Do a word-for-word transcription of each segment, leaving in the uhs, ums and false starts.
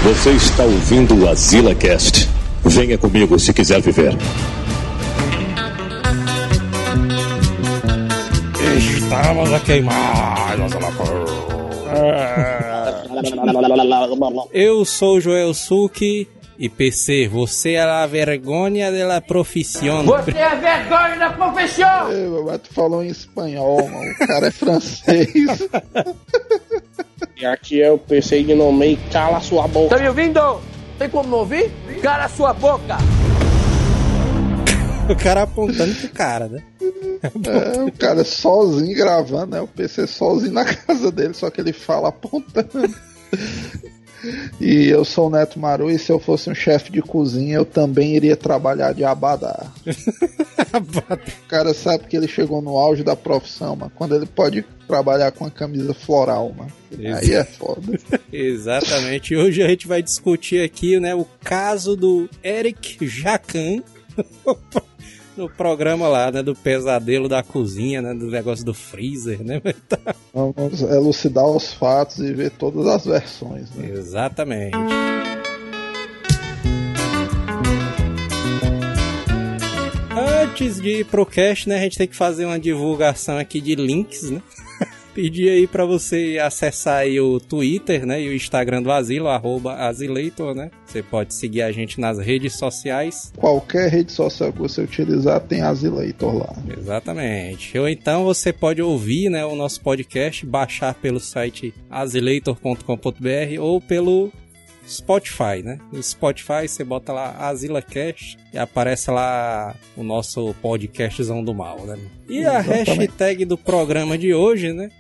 Você está ouvindo o AzilaCast. Venha comigo se quiser viver. Estamos a queimar. Eu sou o Joel Suki. E P C, você é a vergonha da profissão. Você é a vergonha da profissão! Ei, mas tu falou em espanhol, mano. O cara é francês. E aqui é o P C de nome Cala Sua Boca. Tá me ouvindo? Tem como não ouvir? Cala sua boca! O cara apontando pro cara, né? É, o cara sozinho gravando, né? O P C sozinho na casa dele, só que ele fala apontando. E eu sou o Neto Maru, e se eu fosse um chefe de cozinha, eu também iria trabalhar de abadá. O cara sabe que ele chegou no auge da profissão, mano, quando ele pode trabalhar com a camisa floral, mano. Aí é foda. Exatamente. Hoje a gente vai discutir aqui, né, o caso do Eric Jacan no programa lá, né, do pesadelo da cozinha, né, do negócio do freezer, né? Vamos elucidar os fatos e ver todas as versões, né? Exatamente. Antes de ir pro cast, né, a gente tem que fazer uma divulgação aqui de links, né? Pedir aí pra você acessar aí o Twitter, né, e o Instagram do Asilo, arroba Azileitor, né? Você pode seguir a gente nas redes sociais. Qualquer rede social que você utilizar tem Azileitor lá. Exatamente. Ou então você pode ouvir, né, o nosso podcast, baixar pelo site azileitor ponto com ponto b r ou pelo Spotify, né? No Spotify você bota lá AzilaCast e aparece lá o nosso podcastzão do mal, né? E a Exatamente. Hashtag do programa de hoje, né?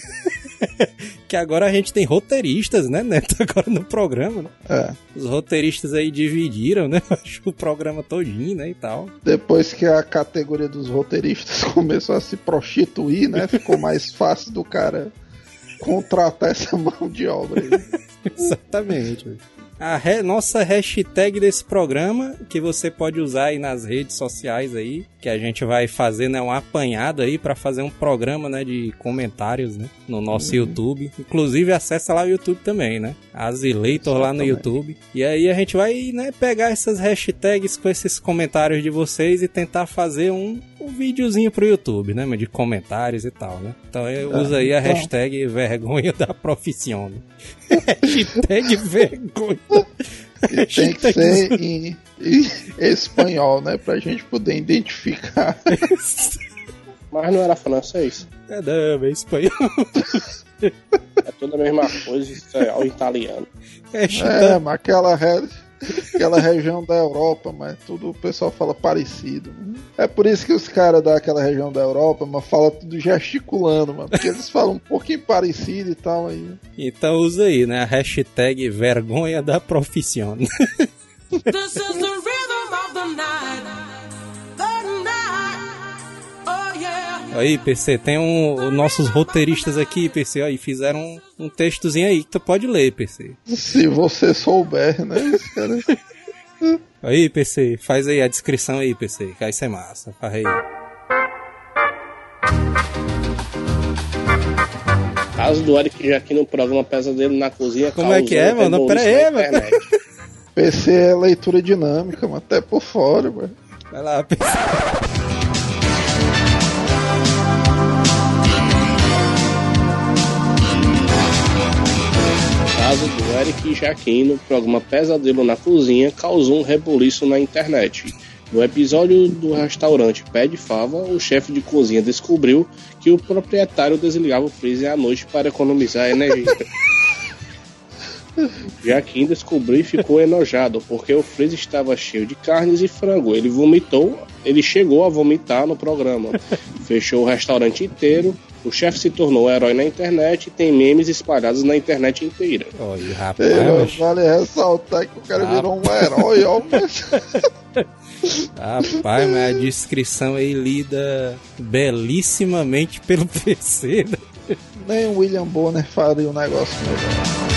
Que agora a gente tem roteiristas, né, Neto? Agora no programa, né? É. Os roteiristas aí dividiram, né? O programa todinho, né, e tal. Depois que a categoria dos roteiristas começou a se prostituir, né? Ficou mais fácil do cara contratar essa mão de obra aí. Exatamente. A re- nossa hashtag desse programa, que você pode usar aí nas redes sociais aí, que a gente vai fazer, né, um apanhado aí pra fazer um programa, né, de comentários, né, no nosso uhum. YouTube. Inclusive, acessa lá o YouTube também, né? Azileitor lá no YouTube. E aí a gente vai, né, pegar essas hashtags com esses comentários de vocês e tentar fazer um, um videozinho pro YouTube, né, de comentários e tal, né? Então eu uso aí a hashtag vergonha da profissão. Né? Hashtag vergonha. E tem que ser em, em espanhol, né? Pra gente poder identificar. Mas não era francês? É, não, é espanhol. É tudo a mesma coisa, espanhol e italiano. É, é mas aquela, re... aquela região da Europa, mas tudo o pessoal fala parecido. É por isso que os caras daquela região da Europa, mas falam tudo gesticulando, mano, porque eles falam um pouquinho parecido e tal aí. Então usa aí, né, a hashtag vergonha da profissão. This is the rhythm of the night. The night. Oh yeah. Aí, P C, tem um, nossos roteiristas aqui, P C, aí fizeram um, um textozinho aí que tu pode ler, P C. Se você souber, né, cara. Aí, P C, faz aí a descrição aí, P C, que aí isso é massa, faz aí. Caso do Eric já aqui no programa Pesadelo na Cozinha. Como é que é, mano? Pera aí, mano. P C é leitura dinâmica, mano, até por fora, mano. Vai lá, P C. O caso do Eric Jaquim no programa Pesadelo na Cozinha causou um rebuliço na internet. No episódio do restaurante Pé de Fava, o chefe de cozinha descobriu que o proprietário desligava o freezer à noite para economizar energia. Jaquim descobriu e ficou enojado porque o freezer estava cheio de carnes e frango. Ele vomitou, ele chegou a vomitar no programa. Fechou o restaurante inteiro. O chefe se tornou um herói na internet e tem memes espalhados na internet inteira. Oi, rapaz. Ei, vale ressaltar que o cara rapaz. virou um herói, ó. Rapaz, mas a descrição aí lida belíssimamente pelo P C. Né? Nem o William Bonner faria um negócio melhor.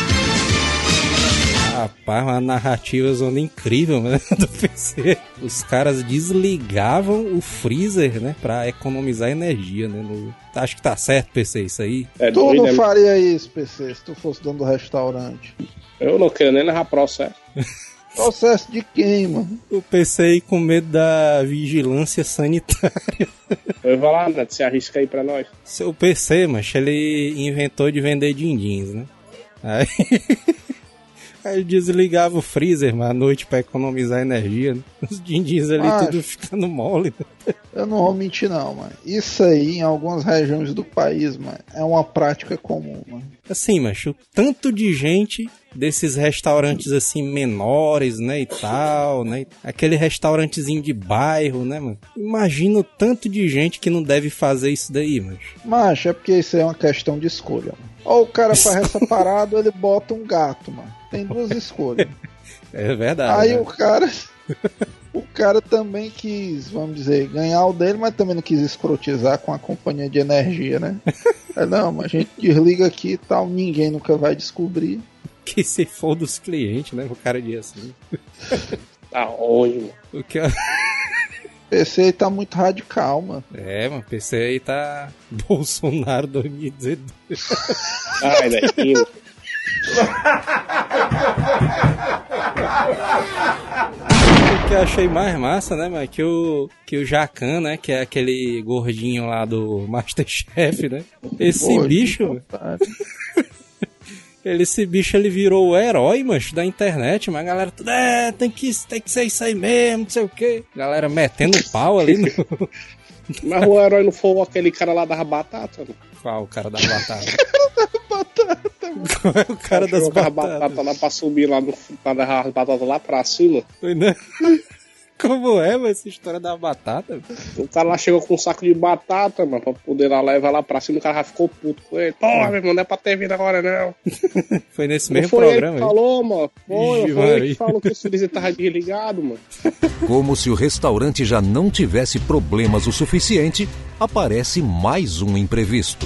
Rapaz, uma narrativa zona incrível, né, do P C. Os caras desligavam o freezer, né, pra economizar energia, né. No... Acho que tá certo, P C, isso aí. É, tu não faria isso, P C, se tu fosse dono do restaurante. Eu não quero nem levar processo. Processo de quem, mano? O P C aí com medo da vigilância sanitária. Eu vou lá, Neto, você arrisca aí pra nós. Seu P C, mas ele inventou de vender din-dins, né? Aí... Aí ele desligava o freezer, mas à noite pra economizar energia, né? Os din-dins ali Macho, tudo ficando mole. Né? Eu não vou mentir não, mano. Isso aí, em algumas regiões do país, mano, é uma prática comum, mano. Assim, macho, tanto de gente desses restaurantes assim menores, né, e tal, né? Aquele restaurantezinho de bairro, né, mano? Imagina o tanto de gente que não deve fazer isso daí, macho. Macho, é porque isso é uma questão de escolha, mano. Ou o cara faz essa parada ou ele bota um gato, mano. Tem duas escolhas. É verdade. Aí né? o cara... O cara também quis, vamos dizer, ganhar o dele, mas também não quis escrotizar com a companhia de energia, né? É, não, mas a gente desliga aqui e tal, ninguém nunca vai descobrir. Que se for dos clientes, né? O cara diz assim. Tá ótimo. O que eu... P C aí tá muito radical, mano. É, mano, P C aí tá Bolsonaro dois mil e dezenove. Ai, velho. O que eu achei mais massa, né, mano, que o, que o Jacan, né, que é aquele gordinho lá do Masterchef, né, esse Pô, bicho, ele, esse bicho, ele virou o herói, macho, da internet, mas a galera tudo, é, tem que, tem que ser isso aí mesmo, não sei o quê. Galera metendo pau ali no... Mas o herói não foi aquele cara lá das batatas, né? Qual o cara das batatas? Batata, Qual é o cara das batatas? Batata lá pra subir lá, no, pra dar as batatas lá pra cima. Foi, né? Como é, mano, essa história da batata? O cara lá chegou com um saco de batata, mano, pra poder lá levar lá pra cima, o cara já ficou puto com ele. Porra, meu irmão, não é pra ter vindo agora, não. Foi nesse mesmo foi programa ele que aí? Falou, mano. Foi, Ixi, foi ele que falou que o freezer tava desligado, mano. Como se o restaurante já não tivesse problemas o suficiente, aparece mais um imprevisto.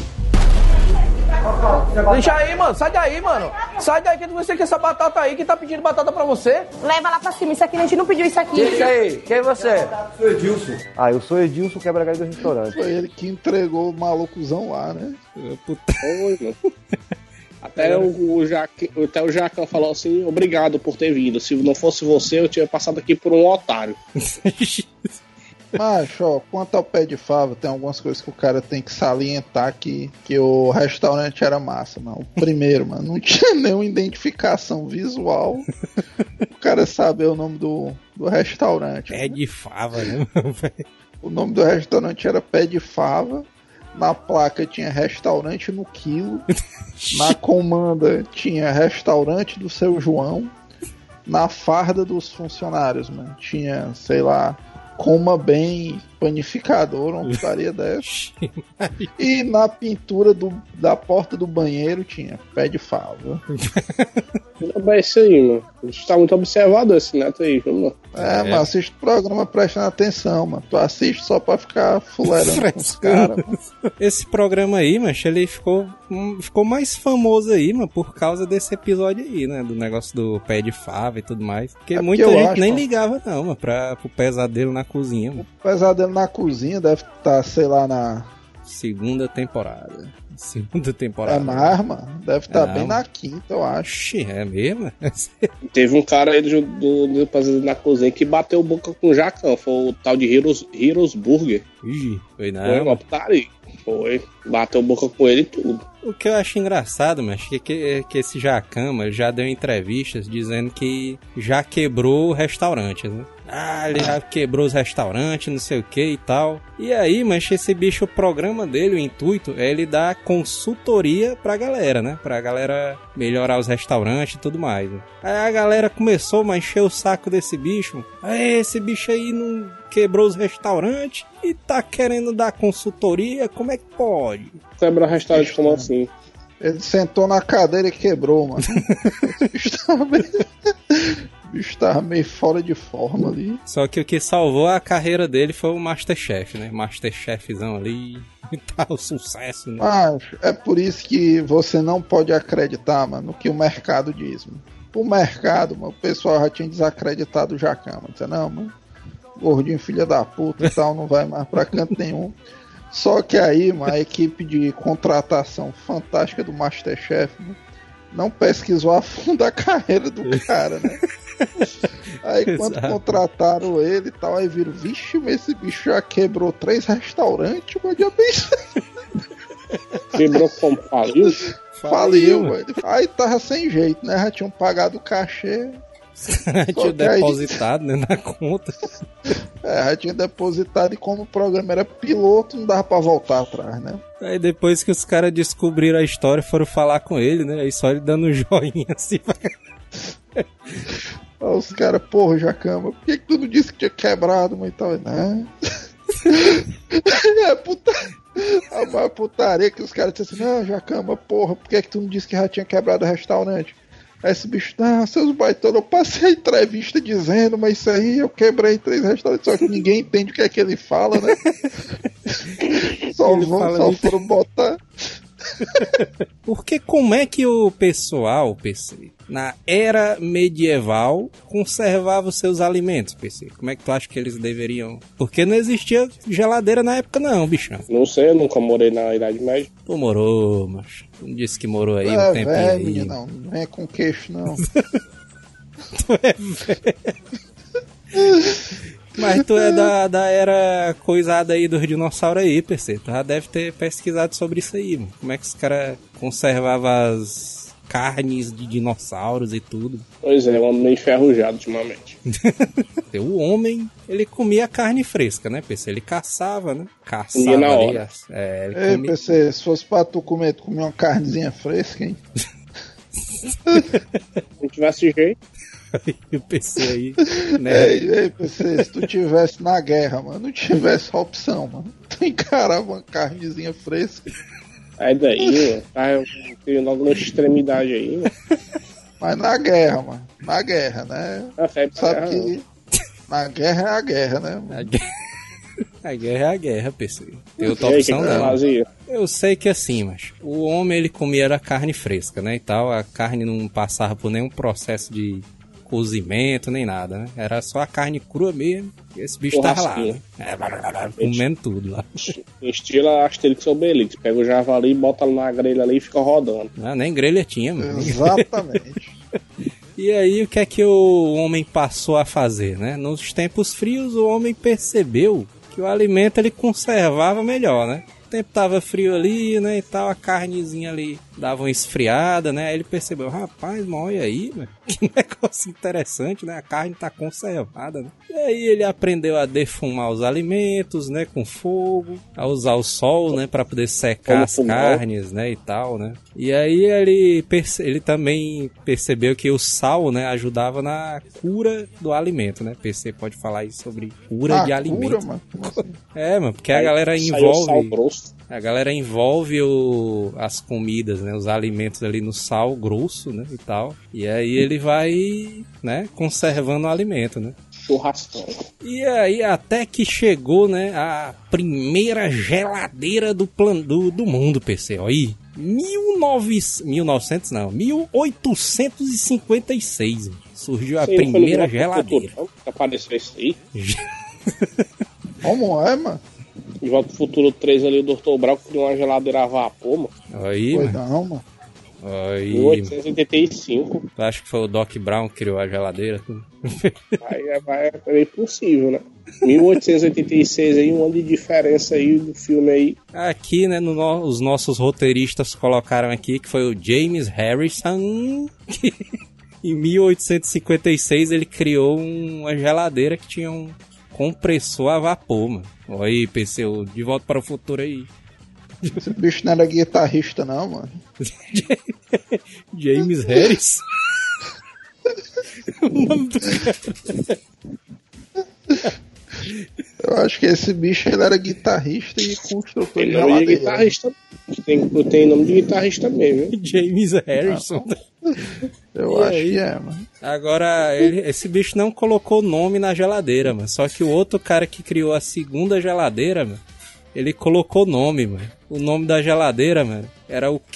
Deixa aí, mano. Sai daí, mano. Sai daí que você quer essa batata aí que tá pedindo batata pra você. Leva lá pra cima. Isso aqui a gente não pediu isso aqui. Deixa aí. Quem é você? Sou Edilson. Ah, eu sou Edilson, quebra-galho do restaurante. Foi ele que entregou o malucozão lá, né? Puta. Foi, mano. Até o, o, Jaque, até o Jacão falou assim, obrigado por ter vindo. Se não fosse você, eu tinha passado aqui por um otário. Macho, ó, quanto ao pé de fava, tem algumas coisas que o cara tem que salientar que, que o restaurante era massa, mano. O primeiro, mano, não tinha nenhuma identificação visual. O cara saber o nome do, do restaurante. Pé de fava, né? O nome do restaurante era Pé de Fava. Na placa tinha restaurante no quilo. Na comanda tinha restaurante do seu João. Na farda dos funcionários, mano, tinha, sei lá, Coma Bem Panificador, uma putaria dessa. E na pintura do, da porta do banheiro tinha Pé de Fava. É isso aí, mano. A gente tá muito observado esse neto aí, mano. É, é, mano, assiste o programa prestando atenção, mano. Tu assiste só pra ficar fulerando com os caras, mano. Esse programa aí, macho, ele ficou, um, ficou mais famoso aí, mano, por causa desse episódio aí, né? Do negócio do pé de fava e tudo mais. Porque é muita gente acho, nem mano. ligava, não, mano, pra, pro pesadelo na cozinha, mano. O pesadelo na cozinha deve estar, sei lá, na segunda temporada. Segunda temporada. É mais, mano. Deve estar bem na quinta, eu acho. É mesmo? Teve um cara aí do, do, do Pesadelo na Cozinha que bateu boca com o Jacão. Foi o tal de Heroes, Heroes Burger. Ih, foi nada. Foi uma putaria. Foi. Bateu boca com ele e tudo. O que eu acho engraçado, mas que, que, que esse Jacama já deu entrevistas dizendo que já quebrou restaurantes, né? Ah, ele já quebrou os restaurantes, não sei o que e tal. E aí, mas esse bicho, o programa dele, o intuito, é ele dar consultoria pra galera, né? Pra galera melhorar os restaurantes e tudo mais. Né? Aí a galera começou a encher o saco desse bicho. Aí esse bicho aí não quebrou os restaurantes e tá querendo dar consultoria, como é que pode? Quebrar restaurante como assim? Ele sentou na cadeira e quebrou, mano. Esse bicho tava meio... O bicho tava meio fora de forma ali. Só que o que salvou a carreira dele foi o Masterchef, né? Masterchefzão ali e tal, sucesso, né? Ah, é por isso que você não pode acreditar, mano, no que o mercado diz, mano. O mercado, mano, o pessoal já tinha desacreditado o Jacão, mano. Dizia, não, mano, gordinho filha da puta e tal, não vai mais pra canto nenhum. Só que aí, mano, a equipe de contratação fantástica do Masterchef, mano, não pesquisou a fundo a carreira do cara, né? Aí quando Exato. contrataram ele e tal, aí viram, vixe, mas esse bicho já quebrou três restaurantes, mas já pensei. Quebrou como faliu? Faliu, velho. Aí tava sem jeito, né? Já tinham pagado o cachê. Tinha depositado, aí... né, na conta. É, já tinha depositado e como o programa era piloto, não dava pra voltar atrás, né? Aí depois que os caras descobriram a história, foram falar com ele, né? Aí só ele dando um joinha assim. Aí os caras, porra, Jacama, por que, que tu não disse que tinha quebrado, mas tal? Né? É, puta... A maior putaria que os caras disseram assim, não, Jacama, porra, por que, que tu não disse que já tinha quebrado o restaurante? Aí esse bicho, não, seus baitolos, eu passei a entrevista dizendo, mas isso aí eu quebrei três restaurantes, só que ninguém entende o que é que ele fala, né? Só, ele vão, fala só muito... foram botar. Porque como é que o pessoal, P C, na era medieval, conservava os seus alimentos, P C? Como é que tu acha que eles deveriam... Porque não existia geladeira na época não, bichão. Não sei, eu nunca morei na Idade Média. Tu morou, macho. Tu não disse que morou aí é, um tempinho velho, aí. Menino, não, não é com queixo, não. Tu é velho. Mas tu é da, da era coisada aí dos dinossauros aí, P C. Tu já deve ter pesquisado sobre isso aí, mano. Como é que os caras conservavam as carnes de dinossauros e tudo. Pois é, um homem meio enferrujado ultimamente. O homem, ele comia carne fresca, né, P C? Ele caçava, né? Caçava comia na ali. hora. É, ele Ei, comia... P C, se fosse pra tu comer, tu comia uma carnezinha fresca, hein? Se não tivesse jeito. O P C aí, né? Ei, ei, P C, se tu tivesse na guerra, mano, não tivesse a opção, mano. Tu encarava uma carnezinha fresca. Aí daí, mano, tá, eu tenho logo na extremidade aí, mano. Mas na guerra, mano, na guerra, né? Ah, sabe guerra, que não. Na guerra é a guerra, né? A guerra, a guerra é a guerra, P C. Tem outra opção que que não. Fazia? Eu sei que assim, mas o homem ele comia era carne fresca, né, e tal. A carne não passava por nenhum processo de cozimento, nem nada, né? Era só a carne crua mesmo. E esse bicho tava lá, né? É, comendo tudo lá. Estilo Asterix ou Obelix. Pega o javali, bota na grelha ali e fica rodando. Ah, nem grelha tinha, mano. Exatamente. E aí, o que é que o homem passou a fazer, né? Nos tempos frios, o homem percebeu que o alimento ele conservava melhor, né? O tempo tava frio ali, né, e tal, a carnezinha ali dava uma esfriada, né, aí ele percebeu, rapaz, mas olha aí, velho, que negócio interessante, né, a carne tá conservada, né. E aí ele aprendeu a defumar os alimentos, né, com fogo, a usar o sol, né, pra poder secar as carnes, né, e tal, né. E aí ele, perce- ele também percebeu que o sal, né, ajudava na cura do alimento, né, P C pode falar aí sobre cura ah, de alimento. Cura, mano. Assim? É, mano, porque a aí, galera envolve... grosso. A galera envolve o, as comidas, né? Os alimentos ali no sal grosso, né? E tal. E aí ele vai, né? Conservando o alimento, né? Churrascão. E aí até que chegou, né? A primeira geladeira do, plan, do, do mundo, P C. Olha aí. mil e novecentos não. mil oitocentos e cinquenta e seis. Surgiu a Sim, primeira geladeira. Apareceu isso aí. Como é, mano? De Volta pro Futuro três ali, o doutor Brown criou uma geladeira a vapor, mano. Aí, Foi mano. não, mano. Aí, mil oitocentos e oitenta e cinco. tu acha que foi o Doc Brown que criou a geladeira? Aí é, é, é meio possível, né? mil oitocentos e oitenta e seis aí, um ano de diferença aí do filme aí. Aqui, né, no, no, os nossos roteiristas colocaram aqui que foi o James Harrison, que em mil oitocentos e cinquenta e seis ele criou uma geladeira que tinha um compressor a vapor, mano. Olha aí, P C, De Volta para o Futuro aí. Esse bicho não era guitarrista, não, mano. James Harrison. O nome do cara. Eu acho que esse bicho ele era guitarrista e construtor Tem de nome de geladeira. guitarrista. Tem, tem nome de guitarrista mesmo, viu? James Harrison. Eu E acho aí? que é, mano. Agora, ele, esse bicho não colocou nome na geladeira, mano. Só que o outro cara que criou a segunda geladeira, mano, ele colocou nome, mano. O nome da geladeira, mano, era o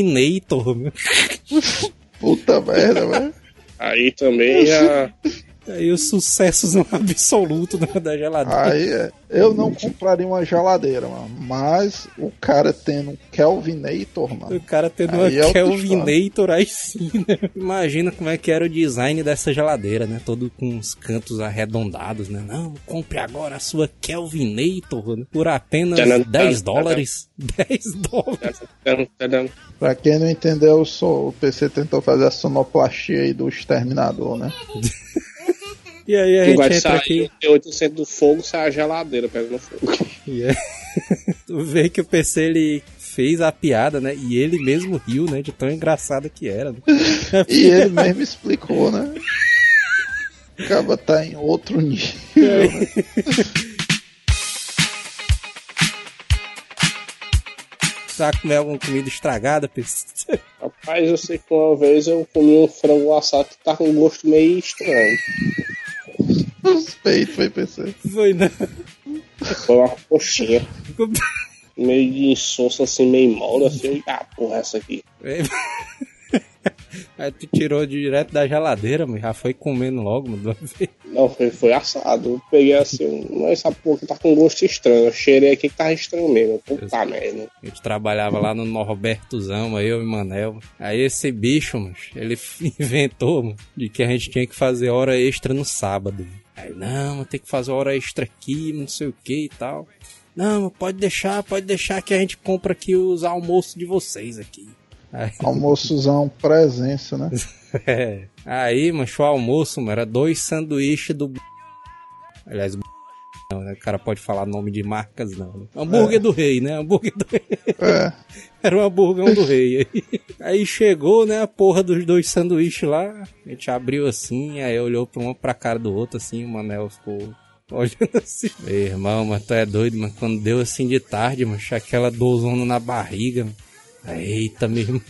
Kelvinator, mano. Puta merda, velho. Aí também a... Aí os sucessos no absoluto da geladeira. Aí é, eu não compraria uma geladeira, mano. Mas o cara tendo um Kelvinator, mano. O cara tendo uma é Kelvinator, aí sim, né? Imagina como é que era o design dessa geladeira, né? Todo com os cantos arredondados, né? Não, compre agora a sua Kelvinator, né? Por apenas dez dólares. dez dólares. Pra quem não entendeu, o P C tentou fazer a sonoplastia aí do Exterminador, né? E aí a tu gente vai entra sair aqui... oito por cento do fogo, sai a geladeira pegando fogo. Yeah. Tu vê que o P C, ele fez a piada, né? E ele mesmo riu, né? De tão engraçado que era. Né? E ele mesmo explicou, né? Acaba tá em outro nível, né? Sabe comer alguma comida estragada, P C? Rapaz, eu sei que uma vez eu comi um frango assado que tá com um gosto meio estranho. Suspeito, foi P C. Foi não. Foi uma coxinha. Meio de insosso, assim, meio mole, assim. Ah, porra, essa aqui. Aí tu tirou direto da geladeira, mas já foi comendo logo, mano. Não, foi, foi assado. Eu peguei assim, mas essa porra que tá com gosto estranho. Eu cheirei aqui que tava estranho mesmo. Puta merda. A gente trabalhava lá no Norbertozão, aí eu e Manel. Aí esse bicho, mano, ele inventou, mano, de que a gente tinha que fazer hora extra no sábado. Aí, não, tem que fazer hora extra aqui, não sei o que e tal. Não, pode deixar, pode deixar que a gente compra aqui os almoços de vocês aqui. Aí... Almoçozão, presença, né? É. Aí, mancho, o almoço, mano, era dois sanduíches do... Aliás, não, né? O cara pode falar nome de marcas, não. Né? Hambúrguer é. do rei, né? Hambúrguer do rei. É. Era um hambúrguer do rei. Aí chegou, né, a porra dos dois sanduíches lá. A gente abriu assim, aí olhou pra uma pra cara do outro, assim, o Manel ficou... olhando assim. Meu irmão, mas tu é doido, mano. Quando deu assim de tarde, mano, aquela dorzona na barriga, mano. Eita, meu irmão.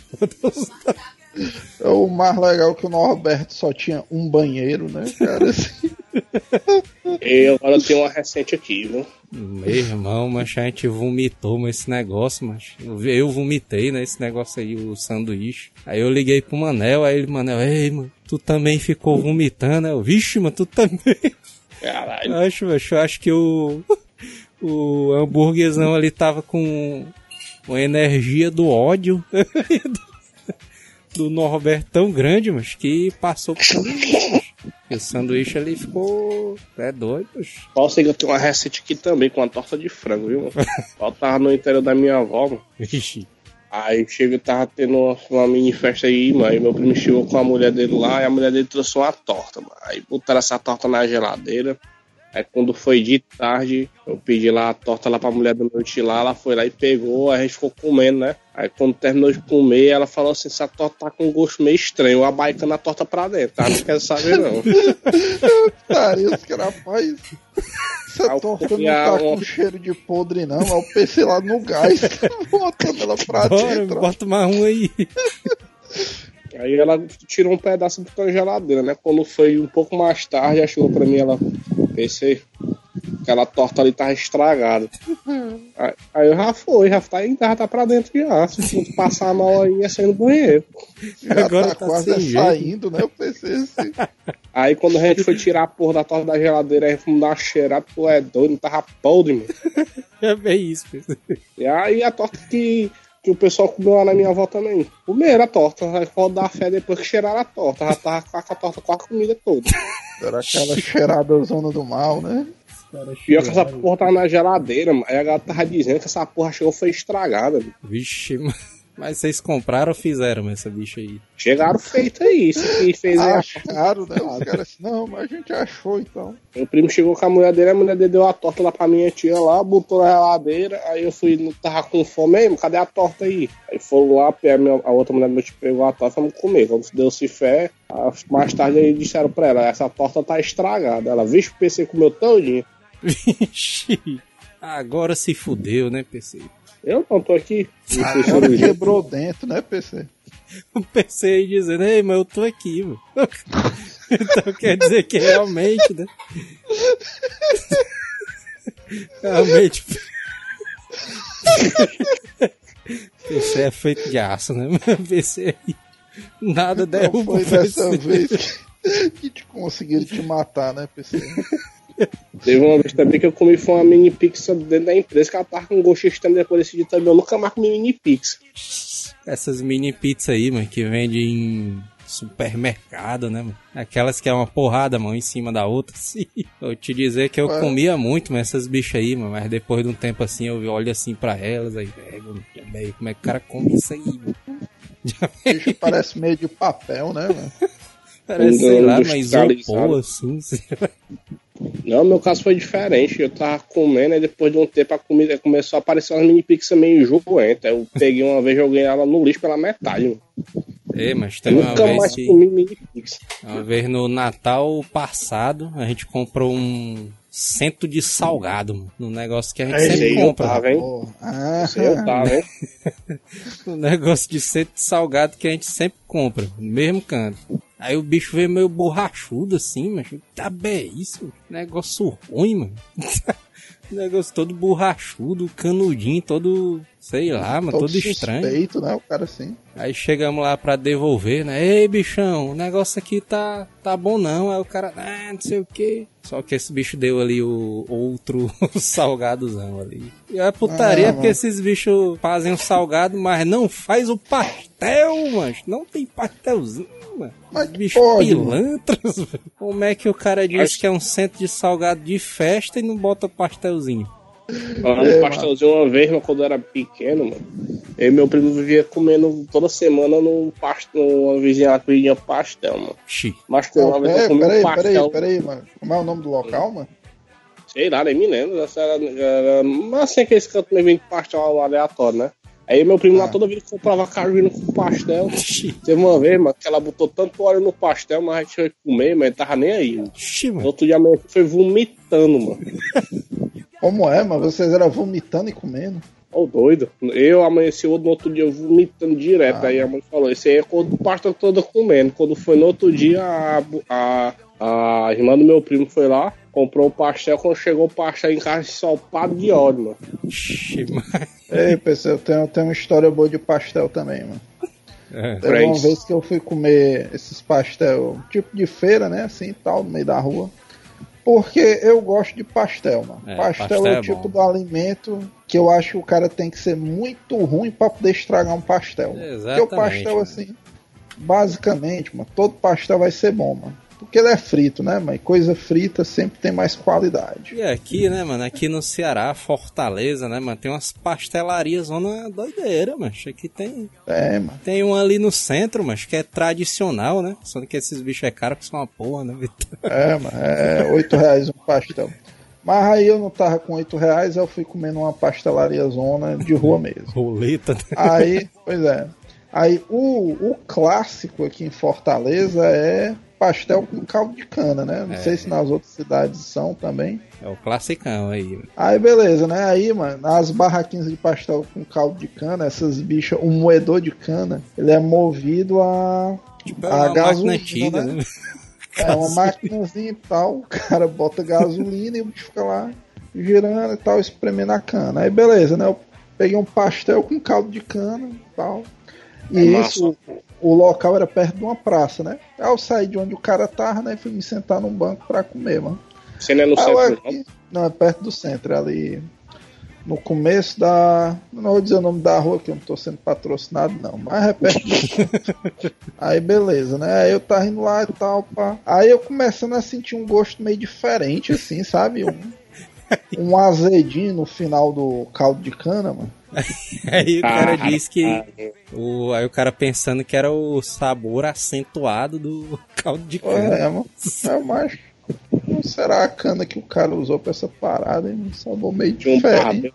O mais legal é que o Norberto só tinha um banheiro, né, cara? Assim. E agora tem uma recente aqui, viu? Meu irmão, mas a gente vomitou mas esse negócio, mas eu, eu vomitei, né, esse negócio aí, o sanduíche. Aí eu liguei pro Manel, aí ele, Manel, ei, mano, tu também ficou vomitando, né? Eu, vixe, mano, tu também. Caralho. Acho, acho, acho que o, o hambúrguerzão ali tava com uma energia do ódio do Norberto tão grande, mas que passou por tudo. O sanduíche ali ficou... é doido, poxa. Posso ser que eu tenho uma receita aqui também com uma torta de frango, viu? Eu tava no interior da minha avó, mano. Ixi. Aí chega, tava tendo uma, uma mini festa aí, mano. Aí meu primo chegou com a mulher dele lá e a mulher dele trouxe uma torta, mano. Aí botaram essa torta na geladeira. Aí quando foi de tarde, eu pedi lá a torta lá pra mulher do meu tio lá, ela foi lá e pegou, aí a gente ficou comendo, né? Aí quando terminou de comer, ela falou assim, essa torta tá com um gosto meio estranho, abaicando a torta pra dentro, tá? Não quero saber não. Cara, isso que era paz. Essa torta não tá uma... com cheiro de podre não, é o P C lá no gás, botando ela pra Bora, dentro. Bota mais um aí. Aí ela tirou um pedaço da geladeira, né? Quando foi um pouco mais tarde, ela chegou pra mim, ela pensei, aquela torta ali tava estragada. Uhum. Aí, aí eu já fui, já tá, já tá pra dentro já. Se passar mal aí, ia sair no banheiro. Já agora tá, tá quase saindo, né? Eu pensei assim. Aí quando a gente foi tirar a porra da torta da geladeira, aí fomos dar uma cheirada, tu é doido, não tava podre, mano. É bem isso, pessoal. E aí a torta que... que o pessoal comeu lá na minha avó também. Comeram a torta, aí pode dar fé depois que cheiraram a torta. Já tava com a torta com a comida toda. Era aquela cheirada zona do mal, né? Pior que essa porra tava na geladeira, mano. Aí a galera tava dizendo que essa porra chegou foi estragada. Mano. Vixe, mano. Mas vocês compraram ou fizeram essa bicha aí? Chegaram feito aí, isso que fez aí. Acharam, né? Os caras assim, não, mas a gente achou então. Meu primo chegou com a mulher dele, a mulher dele deu a torta lá pra minha tia lá, botou na geladeira, aí eu fui, não tava com fome mesmo, cadê a torta aí? Aí foram lá, a, minha, a outra mulher do meu tio pegou a torta e fomos comer. Quando deu-se fé, mais tarde aí disseram pra ela, essa torta tá estragada. Ela, vixe, o P C comeu todinho. Vixe, agora se fudeu, né, P C? Eu não tô aqui. Agora quebrou dentro, né, P C? O P C aí dizendo, ei, mas eu tô aqui, mano. Então quer dizer que realmente, né? Realmente. P C é feito de aço, né? P C aí. Nada derruba. Foi dessa vez que Que te conseguiram te matar, né, P C? Teve uma vez também que eu comi foi uma mini pizza dentro da empresa, que ela tava com um gosto estranho. Depois desse dia também eu nunca mais comi mini pizza. Essas mini pizzas aí, mano, que vende em supermercado, né, mano? Aquelas que é uma porrada, mano, em cima da outra, assim. Eu te dizer que eu Ué. comia muito, mano, essas bichas aí, mano, mas depois de um tempo assim, eu olho assim pra elas, aí, velho, como é que o cara come isso aí, mano? O bicho parece meio de papel, né, mano? Parece, sei lá, mas isopor, assim, sei lá. Não, meu caso foi diferente. Eu tava comendo e depois de um tempo a comida começou a aparecer umas mini pizzas meio enjoentas. Eu peguei uma vez e joguei ela no lixo pela metade. Mano. É, mas tem uma nunca vez mais que... comi mini pizza. Uma vez no Natal passado, a gente comprou um cento de salgado, mano. Um negócio que a gente Aí, sempre compra. Tava, hein? Ah, eu tava, hein? Um negócio de cento de salgado que a gente sempre compra, no mesmo canto. Aí o bicho veio meio borrachudo assim, mas tá bem isso, negócio ruim, mano. Negócio todo borrachudo, canudinho, todo, sei lá, mano, todo, todo estranho. Suspeito, né, o cara assim. Aí chegamos lá pra devolver, né? Ei, bichão, o negócio aqui tá, tá bom não. Aí o cara, ah, não sei o que. Só que esse bicho deu ali o outro salgadozão ali. E é putaria ah, porque mano. Esses bichos fazem o salgado, mas não faz o pastel, mano. Não tem pastelzinho, mano. Mas bicho pode, pilantras, velho. Como é que o cara diz Acho... que é um centro de salgado de festa e não bota pastelzinho? Falando é, pastelzinho mano. Uma vez, mas quando eu era pequeno, mano, eu e meu primo vivia comendo toda semana no pastel, uma vizinha lá que vendia pastel, mano. Xi. Mas tem uma vez é, eu comi peraí, um pastel. Peraí, peraí, mano. Como é o nome do local, mano? Sei lá, nem me lembro. Essa era, era, mas assim, aqueles cantos me vem de pastel aleatório, né? Aí meu primo ah. lá toda vez comprava caju com pastel. Teve uma vez, mano, que ela botou tanto óleo no pastel, mas a gente foi comer, mas ele tava nem aí, mano. Xi, mano. No outro dia amanhã foi vomitando, mano. Como é, mano? Vocês eram vomitando e comendo? Ô, oh, doido. Eu amanheci no outro dia vomitando direto. Ah. Aí a mãe falou, esse aí é quando o pastel todo comendo. Quando foi no outro dia, a, a, a irmã do meu primo foi lá, comprou o pastel. Quando chegou o pastel em casa, ensopado de óleo, mano. Xi, mano. Ei, pessoal, eu tenho, tenho uma história boa de pastel também, mano. É. Teve uma vez que eu fui comer esses pastel, tipo de feira, né, assim, tal, no meio da rua. Porque eu gosto de pastel, mano. É, pastel, pastel é o tipo de alimento que eu acho que o cara tem que ser muito ruim pra poder estragar um pastel. Exatamente. Porque o pastel, assim, basicamente, mano, todo pastel vai ser bom, mano. Porque ele é frito, né, mas coisa frita sempre tem mais qualidade. E aqui, né, mano, aqui no Ceará, Fortaleza, né, mano, tem umas pastelarias zona doideira, mano. Aqui tem... É, mano. Tem um ali no centro, mas que é tradicional, né? Só que esses bichos é caro que são uma porra, né, Vitor? É, mano, é oito reais um pastel. Mas aí eu não tava com oito reais, eu fui comendo uma pastelaria zona de rua mesmo. Roleta. Aí, pois é. Aí o, o clássico aqui em Fortaleza é... pastel com caldo de cana, né? Não é, sei se nas outras cidades são também. É o classicão aí. Aí beleza, né? Aí, mano, as barraquinhas de pastel com caldo de cana, essas bichas, o moedor de cana, ele é movido a, tipo, a é gasolina, antiga, né? né? É uma maquinazinha e tal, o cara bota gasolina e o bicho fica lá girando e tal, espremendo a cana. Aí beleza, né? Eu peguei um pastel com caldo de cana e tal. E é isso, o, o local era perto de uma praça, né? Aí eu saí de onde o cara tava, né? E fui me sentar num banco pra comer, mano. Você não é no aí centro, aqui, não? Não, é perto do centro, é ali no começo da... Não vou dizer o nome da rua, que eu não tô sendo patrocinado, não. Mas é perto do centro. Aí beleza, né? Aí eu tava indo lá e tal, pá. Aí eu começando a sentir um gosto meio diferente, assim, sabe? Um, um azedinho no final do caldo de cana, mano. Aí o cara ah, disse que ah, o, aí o cara pensando que era o sabor acentuado do caldo de cana. É, mano. É, mas não será a cana que o cara usou pra essa parada, hein? Um sabor meio diferente.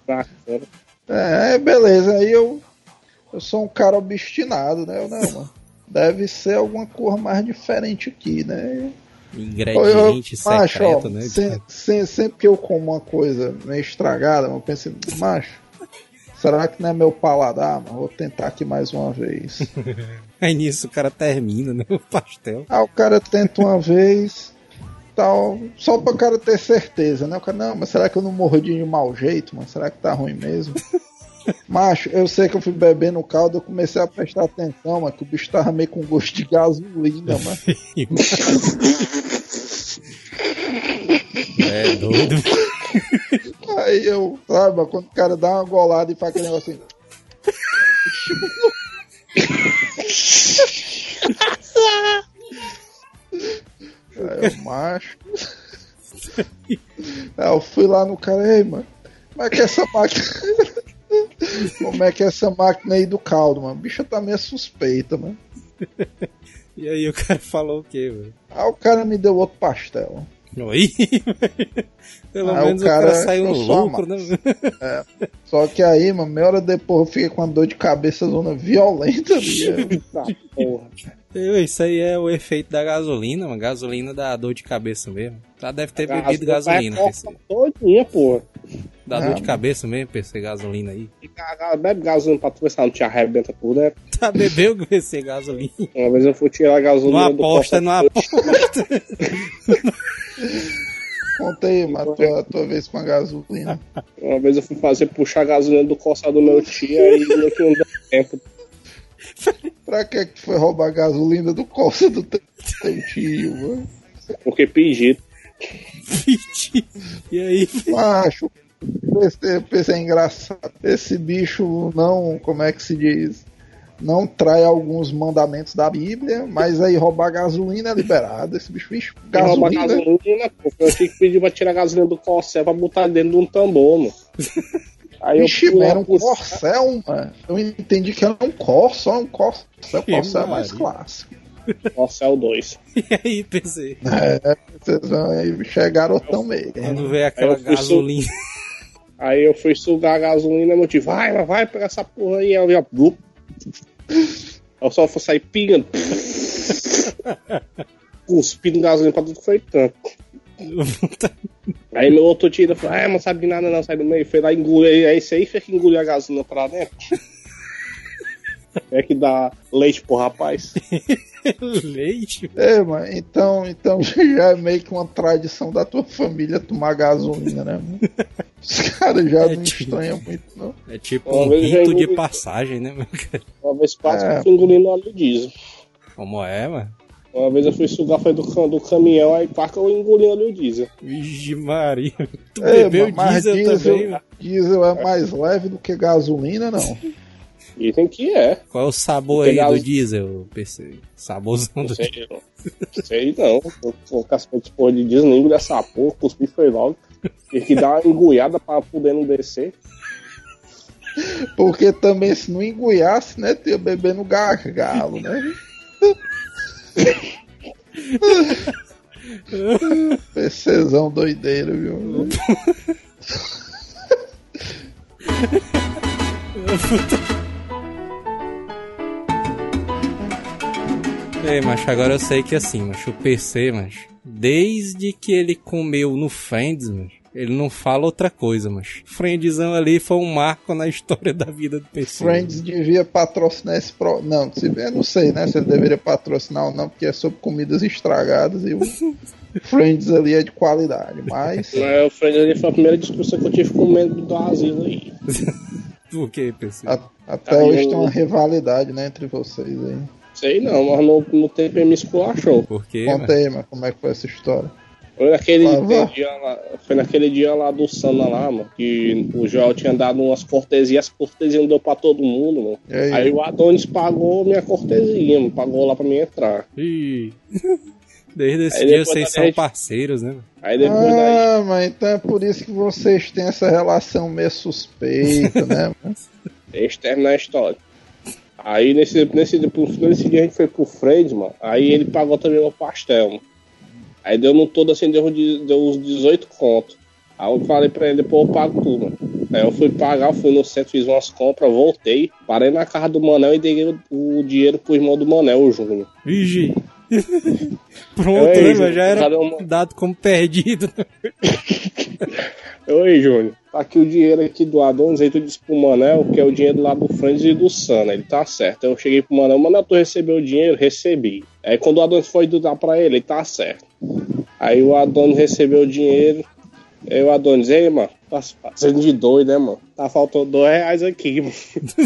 É, beleza. Aí eu eu sou um cara obstinado, né? Eu, não, mano. Deve ser alguma cor mais diferente aqui, né? Ingrediente eu, secreto, macho, ó, né? Se, se, sempre que eu como uma coisa meio estragada, eu penso, macho, será que não é meu paladar? Mas vou tentar aqui mais uma vez. Aí nisso o cara termina, né? O pastel. Ah, o cara tenta uma vez, tal, só pra o cara ter certeza, né? O cara, não, mas será que eu não mordi de mau jeito, mano? Será que tá ruim mesmo? Macho, eu sei que eu fui bebendo o caldo, eu comecei a prestar atenção, mano, que o bicho tava meio com gosto de gasolina, mano. É doido. Aí eu, sabe, mano, quando o cara dá uma golada e faz aquele negócio assim. Aí eu, macho. Aí eu fui lá no cara, ei, mano, como é que é essa máquina? Como é que é essa máquina aí do caldo, mano? A bicha tá meio suspeita, mano. E aí o cara falou o quê, velho? Aí o cara me deu outro pastel. Oi? Pelo aí menos o cara, o cara saiu no lucro, né? É. Só que aí, mano, meia hora depois eu fiquei com uma dor de cabeça zona violenta ali. Tá, porra. Isso aí é o efeito da gasolina, mano. Gasolina dá dor de cabeça mesmo. Já deve ter a bebido gasolina, P C. Todinha, porra. Dá é, dor de cabeça mesmo, P C, gasolina aí. Bebe gasolina pra tu ver se não te arrebenta por dentro. Tá, bebeu que P C gasolina. Uma vez eu fui tirar a gasolina não do aposta, não aposta. Conta aí, mano, a tua, tua vez com a gasolina. Uma vez eu fui fazer puxar a gasolina do coçado do meu tio e não que não deu tempo. Pra que que foi roubar a gasolina do coça do teu tio, mano? Porque pedi. Pedi. E aí? Macho, esse, esse é engraçado. Esse bicho não, como é que se diz? Não trai alguns mandamentos da Bíblia, mas aí roubar gasolina é liberado. Esse bicho, bicho, gasolina. Roubar gasolina, porque eu tinha que pedir pra tirar a gasolina do corcel pra botar dentro de um tambor, mano. Aí Vixe, eu era um corcel, mano. Eu entendi que era um corcel, um corcel. O corcel é mais clássico. Corcel dois. E aí, P C? É, vocês vão aí chegaram tão meio. Quando vê aquela gasolina. Su... Aí eu fui sugar a gasolina, meu tio, vai, vai, vai, pegar essa porra aí. Eu, já... eu só fui sair pingando. Cuspindo gasolina pra tudo que foi tanto. Aí meu outro tio falou, ah, não sabe de nada não, sai do meio. Foi lá engolir, aí esse aí fez que engoliu a gasolina pra dentro. É que dá leite pro rapaz. Leite? É, mano, então, então já é meio que uma tradição da tua família tomar gasolina, né, mano? Os caras já é não tipo, estranham muito, não. É tipo uma um rito de passagem, né, meu cara? Uma vez quase é. que eu fui engolindo óleo diesel. Como é, mano? Uma vez eu fui sugar, foi do, do caminhão, aí quase que eu engoli óleo diesel. Vixe Maria, tu é, bebeu mano, diesel, diesel também, mano? Diesel é mais leve do que gasolina, não. Dizem que é. Qual é o sabor Porque aí gas... do diesel, P C? Saborzão do sei, diesel. Não sei não. O cascante porra de diesel, nem engolha essa porra, cuspi foi logo. Tem que dar uma engolhada pra poder não descer. Porque também se não engolhasse, né, tu ia beber no gargalo, né? PCzão doideiro, viu? É, macho, agora eu sei que assim, macho, o P C, macho, desde que ele comeu no Friends, macho, ele não fala outra coisa, macho. Friendzão ali foi um marco na história da vida do P C. Friends devia patrocinar esse pro... Não, eu não sei, né, se ele deveria patrocinar ou não, porque é sobre comidas estragadas e o Friends ali é de qualidade, mas... Não, o Friends ali foi a primeira discussão que eu tive com o membro do asilo aí. Por que, P C? A, até aí hoje eu... tem uma rivalidade, né, entre vocês aí. Sei não, mas no, no tempo ele me esculachou. Por quê? Conta aí, mas como é que foi essa história? Foi naquele, dia lá, foi naquele dia lá do Sana lá, mano, que o Joel tinha dado umas cortesias, as cortesias não deu pra todo mundo, mano. Aí? aí o Adonis pagou minha cortesia, mano, pagou lá pra mim entrar. Ih. Desde esse aí dia vocês são gente... parceiros, né? Aí depois ah, daí... mas então é por isso que vocês têm essa relação meio suspeita, né? Deixa eu terminar a história. Aí nesse, nesse, nesse dia a gente foi pro Friends, mano. Aí ele pagou também o pastel, mano. Aí deu no todo assim, deu, deu uns dezoito contos. Aí eu falei pra ele, depois eu pago tudo, mano. Aí eu fui pagar, fui no centro, fiz umas compras, voltei, parei na casa do Manel e dei o, o dinheiro pro irmão do Manel, o Júnior. Vigi. Pronto, é, né, já era uma... dado como perdido. Oi, Júnior. Tá aqui o dinheiro aqui do Adonis, aí tu disse pro Manel que é o dinheiro lá do Friends e do Sana. Ele tá certo. Eu cheguei pro Manel, Manel, tu recebeu o dinheiro? Recebi. Aí quando o Adonis foi dar pra ele, ele tá certo. Aí o Adonis recebeu o dinheiro. Aí o Adonis, ei, mano, Sendo de doido, né, mano? Tá faltando dois reais aqui, mano.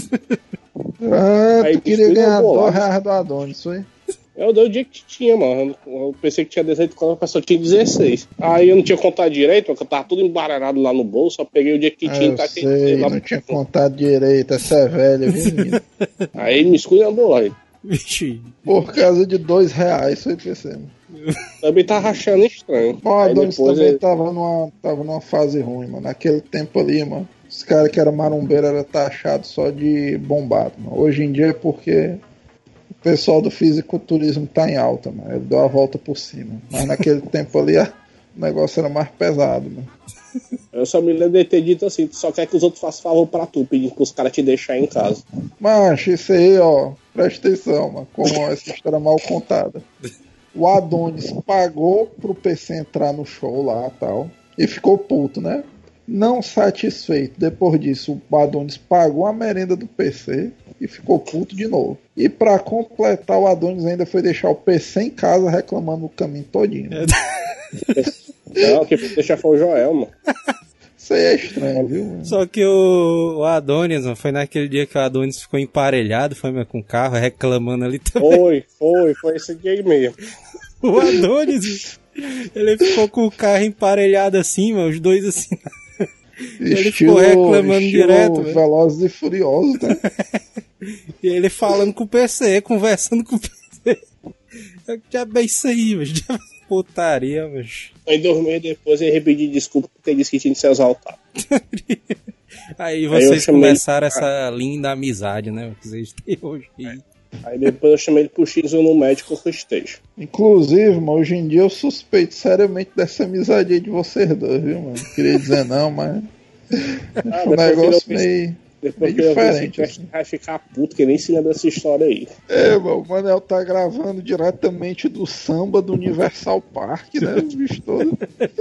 Ah, aí, tu queria ganhar dois reais do Adonis, foi? Eu dei o dia que tinha, mano. Eu pensei que tinha dezoito quando a pessoa tinha dezesseis. Aí eu não tinha contado direito, porque eu tava tudo embaralhado lá no bolso. Só peguei o dia que tinha e tá sei, aqui. Não lá tinha contado direito, essa é velha, viu? Aí ele me esculhambou aí. Por causa de dois reais, foi P C. Também tá rachando estranho. O Adonis também ele... tava, numa, tava numa fase ruim, mano. Naquele tempo ali, mano. Os caras que eram marombeiro eram taxados só de bombado, mano. Hoje em dia é porque o pessoal do fisiculturismo tá em alta, mano. Ele deu a volta por cima. Mas naquele tempo ali o negócio era mais pesado, mano. Eu só me lembro de ter dito assim, tu só quer que os outros façam favor pra tu, pedindo pros caras te deixarem em casa. Macho, isso aí, ó, presta atenção, mano, como essa história mal contada. O Adonis pagou pro P C entrar no show lá e tal, e ficou puto, né? Não satisfeito, depois disso, o Adonis pagou a merenda do P C e ficou puto de novo. E pra completar, o Adonis ainda foi deixar o P C em casa reclamando o caminho todinho. Não, quem deixar foi o Joel, mano. Isso aí é estranho, viu, mano? Só que o, o Adonis, mano, foi naquele dia que o Adonis ficou emparelhado, foi meu, com o carro, reclamando ali também. Foi, foi, foi esse dia aí mesmo. O Adonis, ele ficou com o carro emparelhado assim, mano, os dois assim. Ele estilo, ficou reclamando direto. Velozes e Furiosos, né? E ele falando com o P C, conversando com o P C. Já bem isso aí, mas já putaria, mas. Aí dois meses depois ele repetiu desculpa porque disse que tinha de ser exaltado. Aí vocês aí chamei... começaram essa linda amizade, né? Que vocês têm hoje. Aí. Aí depois eu chamei ele pro X no médico com o Stage. Inclusive, mano, hoje em dia eu suspeito seriamente dessa amizade aí de vocês dois, viu, mano? Não queria dizer não, mas. Ah, um negócio meio. Depois meio diferente. Assim. Vai ficar puto que nem se lembra dessa história aí. É, mano, o Manel tá gravando diretamente do samba do Universal Park, né? Os bichos todos.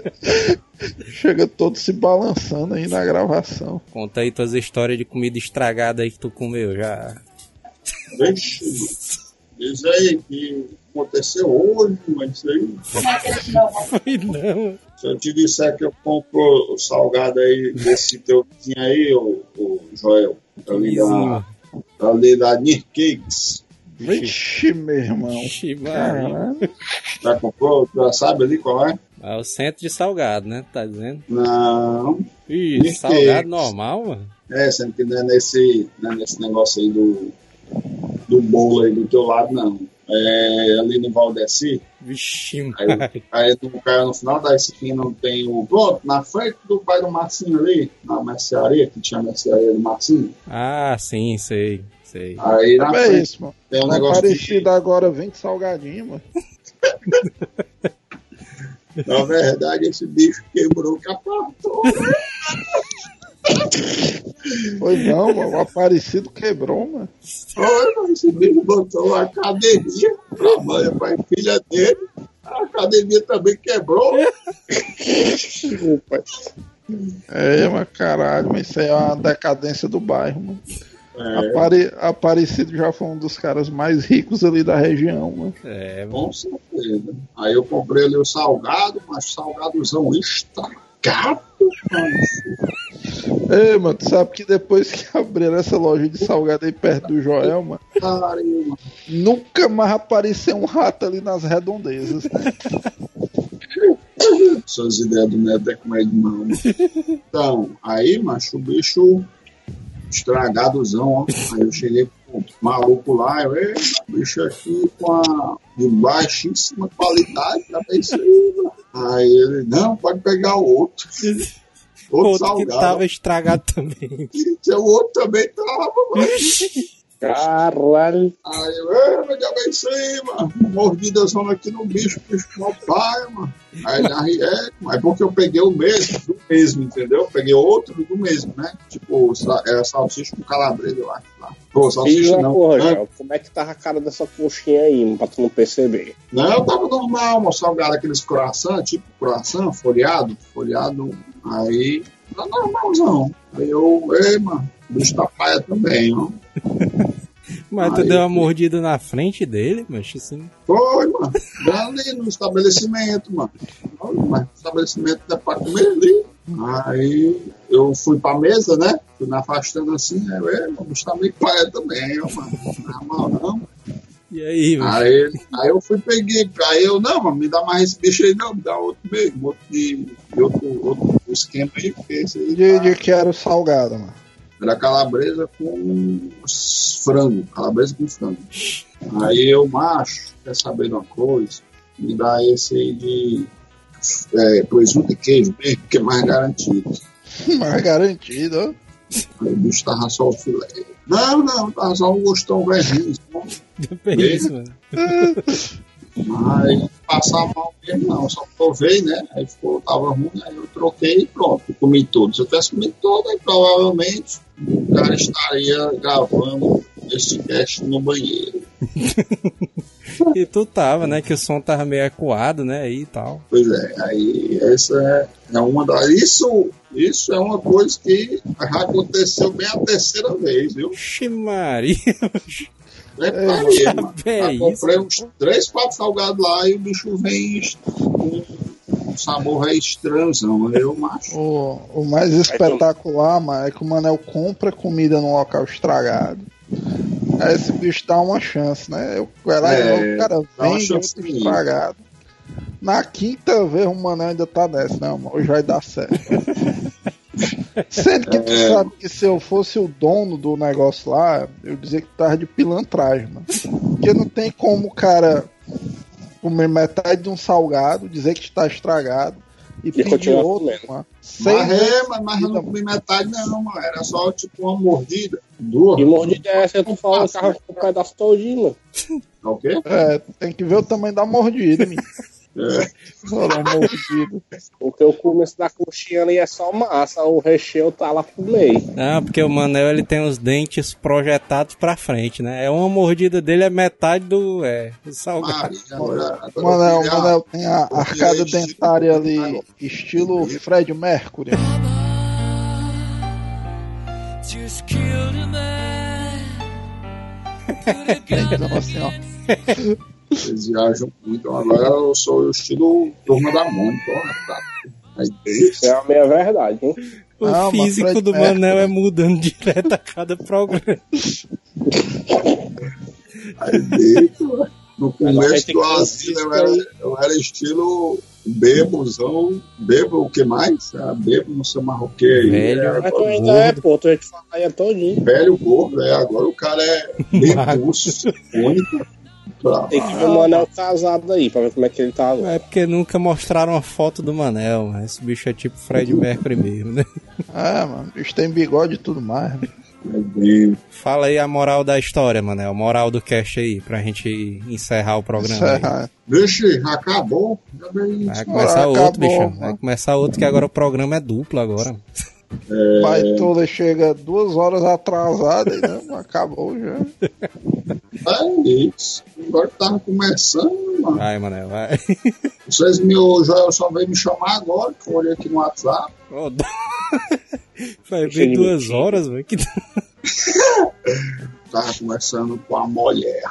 Chega todo se balançando aí na gravação. Conta aí tuas histórias de comida estragada aí que tu comeu já. Vixe, diz aí que aconteceu hoje, mas isso aí. Foi não. Se eu te disser que eu compro o salgado aí desse teu vizinho aí, o, o Joel, ali da, ali da Near Cakes. Vixe, meu irmão. Vixe, mano. Já comprou? Já sabe ali qual é? É o centro de salgado, né? Tá dizendo? Não. Ih, salgado Cakes. Normal, mano? É, sendo que não é nesse, não é nesse negócio aí do, do bolo aí do teu lado, não. É ali no Valdeci. Vixe, aí, aí no cara no final da esquina não tem o. Pronto, na frente do pai do Marcinho ali, na mercearia, que tinha a mercearia do Marcinho. Ah, sim, sei, sei. Aí na é frente isso, mano. Tem um tá negócio parecido de... agora, vem de salgadinho, mano. Na verdade, esse bicho quebrou o capato. Pois não, mano, o Aparecido quebrou, mano. Foi, mano, esse bicho botou uma academia pra mãe e pra filha dele. A academia também quebrou. É, mas caralho, mas isso aí é uma decadência do bairro, mano. É. Apare... Aparecido já foi um dos caras mais ricos ali da região, mano. É, mano. Com certeza. Aí eu comprei ali o salgado, mas salgadozão estragado, mano. Ei, mano, tu sabe que depois que abriram essa loja de salgado aí perto do Joel, mano, Caramba. nunca mais apareceu um rato ali nas redondezas. Suas ideias do Neto é com ele, não. Então, aí, macho, o bicho estragadozão, ó. Aí eu cheguei com o maluco lá, eu, ei, bicho aqui com a de baixíssima qualidade, já pensei, mano. Aí ele, não, pode pegar o outro. Outro, outro salgado, que tava estragado também. E o outro também tava, mano. Caralho. Aí eu, mas já bem isso aí, mano. Mordida zona aqui no bicho, bicho não pai, mano. Aí na é, mas porque eu peguei o mesmo, do mesmo, entendeu? Peguei outro do mesmo, né? Tipo, era salsicha com calabresa, eu acho. Lá. Pô, salsicha e não. Porra, né? Como é que tava a cara dessa coxinha aí, mano, pra tu não perceber? Não, tava normal, mano. Salgado aqueles croissant, tipo croissant, folheado, folheado. Aí, tá normalzão. Aí eu, ei, mano, o bicho da praia também, ó. Mas tu aí, deu uma mordida na frente dele, mas assim. Foi, mano. Ali no estabelecimento, mano. Mas no estabelecimento dá pra comer ali. Aí eu fui pra mesa, né? Fui me afastando assim, aí eu, o bicho tá meio paia também, ó, mano. Não, mal, não. E aí, bicho? Aí, aí eu fui, peguei, aí eu, não, mano, me dá mais esse bicho aí, não, me dá outro mesmo, outro de, de outro, outro esquema aí, porque esse aí. De, tá... de que era o salgado, mano? Era calabresa com frango, calabresa com frango. Aí eu, macho, quer saber de uma coisa? Me dá esse aí de é, presunto e queijo, mesmo, que é mais garantido. Mais garantido, ó. Aí o bicho tava só o filé. Não, não, tava só um gostão velhinho. É isso, mano. Mas passar mal mesmo não, só provei, né? Aí ficou, tava ruim, aí eu troquei e pronto, eu comi tudo. Se eu tivesse comido todo, aí provavelmente o cara estaria gravando esse cast no banheiro. E tu tava, né? Que o som tava meio ecoado, né? Aí e tal. Pois é, aí essa é, é uma das. Isso, isso é uma coisa que já aconteceu bem a terceira vez, viu? Ximaria. É, mano. É eu comprei uns três, quatro salgados lá e o bicho vem com um sabor aí estranhozão. Eu, macho. O, o mais espetacular, mano, é que o Manel compra comida num local estragado. Aí esse bicho dá uma chance, né? Eu, lá é, o cara vende outro estragado. Na quinta vez o Manel ainda tá nessa, não, mano, hoje vai dar certo. Sendo que tu é... sabe que se eu fosse o dono do negócio lá, eu dizia que tu tava de pilantragem, mano. Porque não tem como o cara comer metade de um salgado, dizer que está estragado e, e pedir outro, mano. Mas é, mas, mas eu não comi metade não, mano. Era só tipo uma mordida. Duas. Que mordida é essa? Tu fala que tava com o pedaço todinho, mano. O quê? É, tem que ver o tamanho da mordida, menino. É. O que eu começo da coxinha ali é só massa, o recheio tá lá pro meio. Não, porque o Manel ele tem os dentes projetados pra frente, né? É uma mordida dele, é metade do, é, do salgado. O Manel, Manel tem a arcada dentária ali, estilo Fred Mercury. Então, assim, ó. Eles viajam muito. Agora eu sou o estilo Turma da Mônica. Isso é a minha verdade, hein? O ah, físico do Manel é mudando direto a cada programa. Aí dentro, no começo do asilo eu era, eu era estilo bebozão. Bebo o que mais? Ah, bebo, não sei mais o que. Velho, mas tu ainda é, pô, tu ia te falar aí é todinho. Velho gordo, é. Agora o cara é repulso, único. Tem que ver o Manel casado aí, pra ver como é que ele tá agora. É porque nunca mostraram a foto do Manel, mas esse bicho é tipo Fred Mercury mesmo, né? Ah, mano, o bicho tem bigode e tudo mais. Fala aí a moral da história, Manel, moral do cast aí, pra gente encerrar o programa. Encerrar. Vixe, acabou. Vai começar outro, acabou, bicho. Mano. Vai começar outro, que agora o programa é duplo agora. É... Baitola chega duas horas atrasada e né? Acabou já. É isso. Agora tava começando, mano. Vai, Manel, vai. Vocês me, o Joel só veio me chamar agora, que eu olhei aqui no WhatsApp. Oh, vai ver duas horas, velho. Que... Tava conversando com a mulher.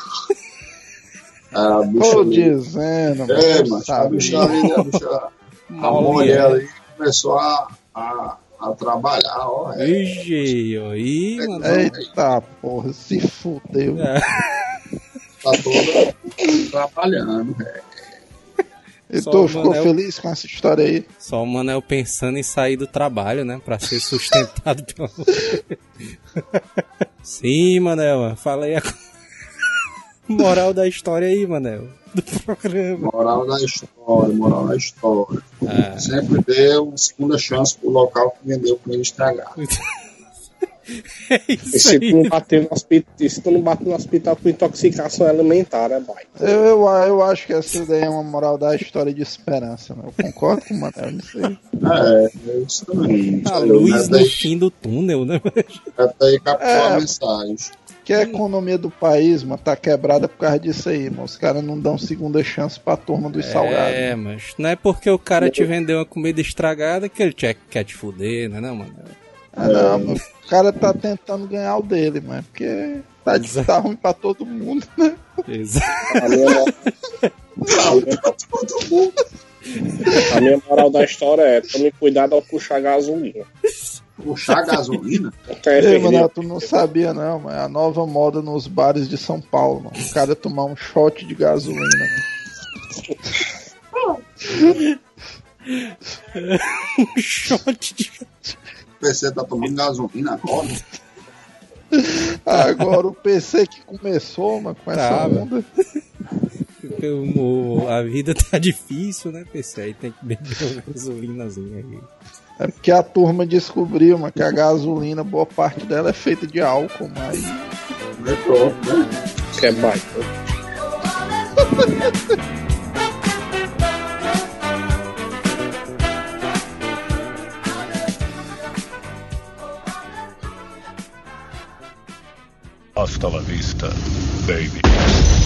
A Tô ali... dizendo, é, mas a bicha ali, a bicha. A mulher ali começou a. a a trabalhar, ó. É. Ixi, aí, mano. Eita, porra, se fudeu. É. Tá toda trabalhando, é. E tu ficou Manel... feliz com essa história aí? Só o Manel pensando em sair do trabalho, né? Pra ser sustentado pelo... Sim, Manel, fala aí a moral da história aí, Manel. Do programa. Moral da história, moral da história. Ah. Sempre deu uma segunda chance pro local que vendeu comida estragada. É isso e se aí. tu não bater no hospital, se tu não bater no hospital com intoxicação alimentar, é baita. Eu, eu, eu acho que essa daí é uma moral da história de esperança, né? Eu concordo com o Manel nisso aí. É, é isso também. A luz no fim do túnel, né? Até aí captou é. a mensagem. Que a economia do país, mano, tá quebrada por causa disso aí, mano. Os caras não dão segunda chance pra turma dos é, salgados. É, mas não é porque o cara te vendeu uma comida estragada que ele te, quer te fuder, né, não, mano? Ah, não, mano. O cara tá tentando ganhar o dele, mano. Porque tá, tá ruim pra todo mundo, né? Exato. Tá ruim pra todo mundo. A minha moral da história é: tome cuidado ao puxar gasolina. Puxar gasolina? Ei, mano, tu não sabia não, mas a nova moda nos bares de São Paulo, mano. O cara tomar um shot de gasolina, mano. Um shot de O P C tá tomando gasolina agora? Agora o P C que começou, mano, com essa Tá, onda. O- A vida tá difícil, né, P C? Aí tem que beber uma gasolinazinha aí. É porque a turma descobriu, mano, que a gasolina, boa parte dela é feita de álcool, mas... É pronto, né? Que é baixo. Hasta la vista, baby.